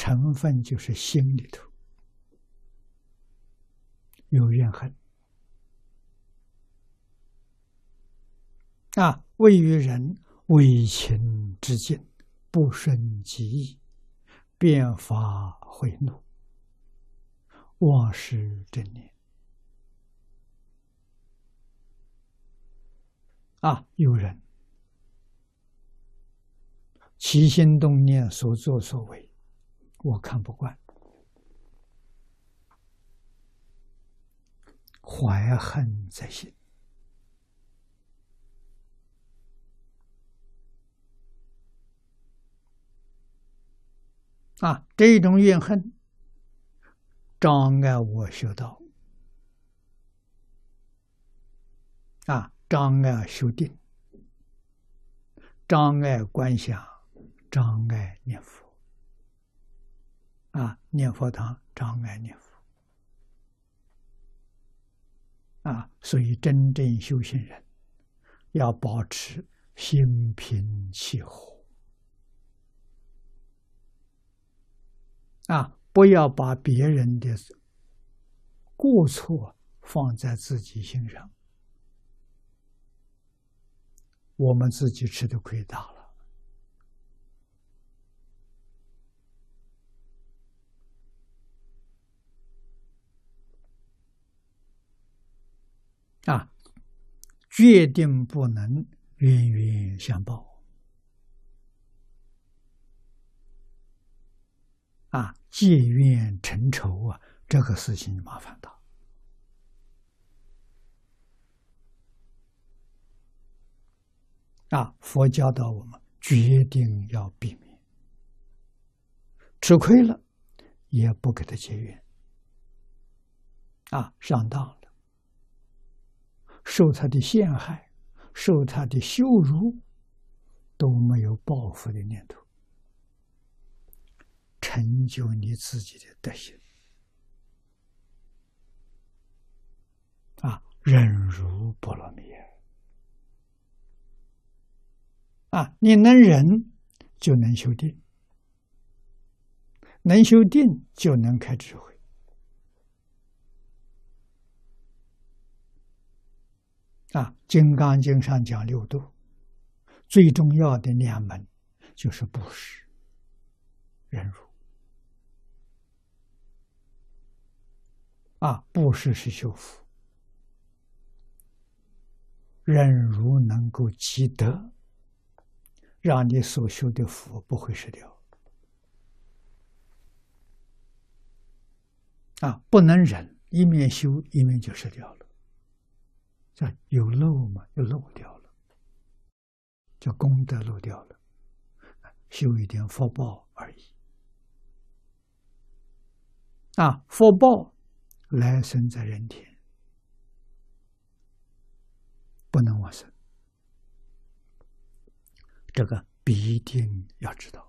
成分就是心里头有怨恨啊，谓于人为情之境，不顺己意，变法慧怒，忘失正念啊，有人起心动念，所作所为，我看不惯，怀恨在心啊，这种怨恨障碍我修道啊，障碍修定，障碍观想，障碍念佛啊，念佛堂障碍念佛啊，所以真正修行人要保持心平气和啊，不要把别人的过错放在自己心上，我们自己吃的亏大了啊，决定不能冤冤相报啊，结怨成仇啊，这个事情麻烦大啊！佛教导我们决定要避免，吃亏了也不给他结怨啊，上当了，受他的陷害，受他的羞辱，都没有报复的念头，成就你自己的德行啊，忍辱波罗蜜啊，你能忍就能修定，能修定就能开智慧啊。金刚经上讲六度，最重要的两门就是布施、忍辱啊，布施是修福，忍辱能够积德，让你所修的福不会失掉啊！不能忍，一面修一面就失掉了，这有漏嘛，就漏掉了，就功德漏掉了，修一点福报而已啊！福报来生在人天，不能往生，这个必定要知道。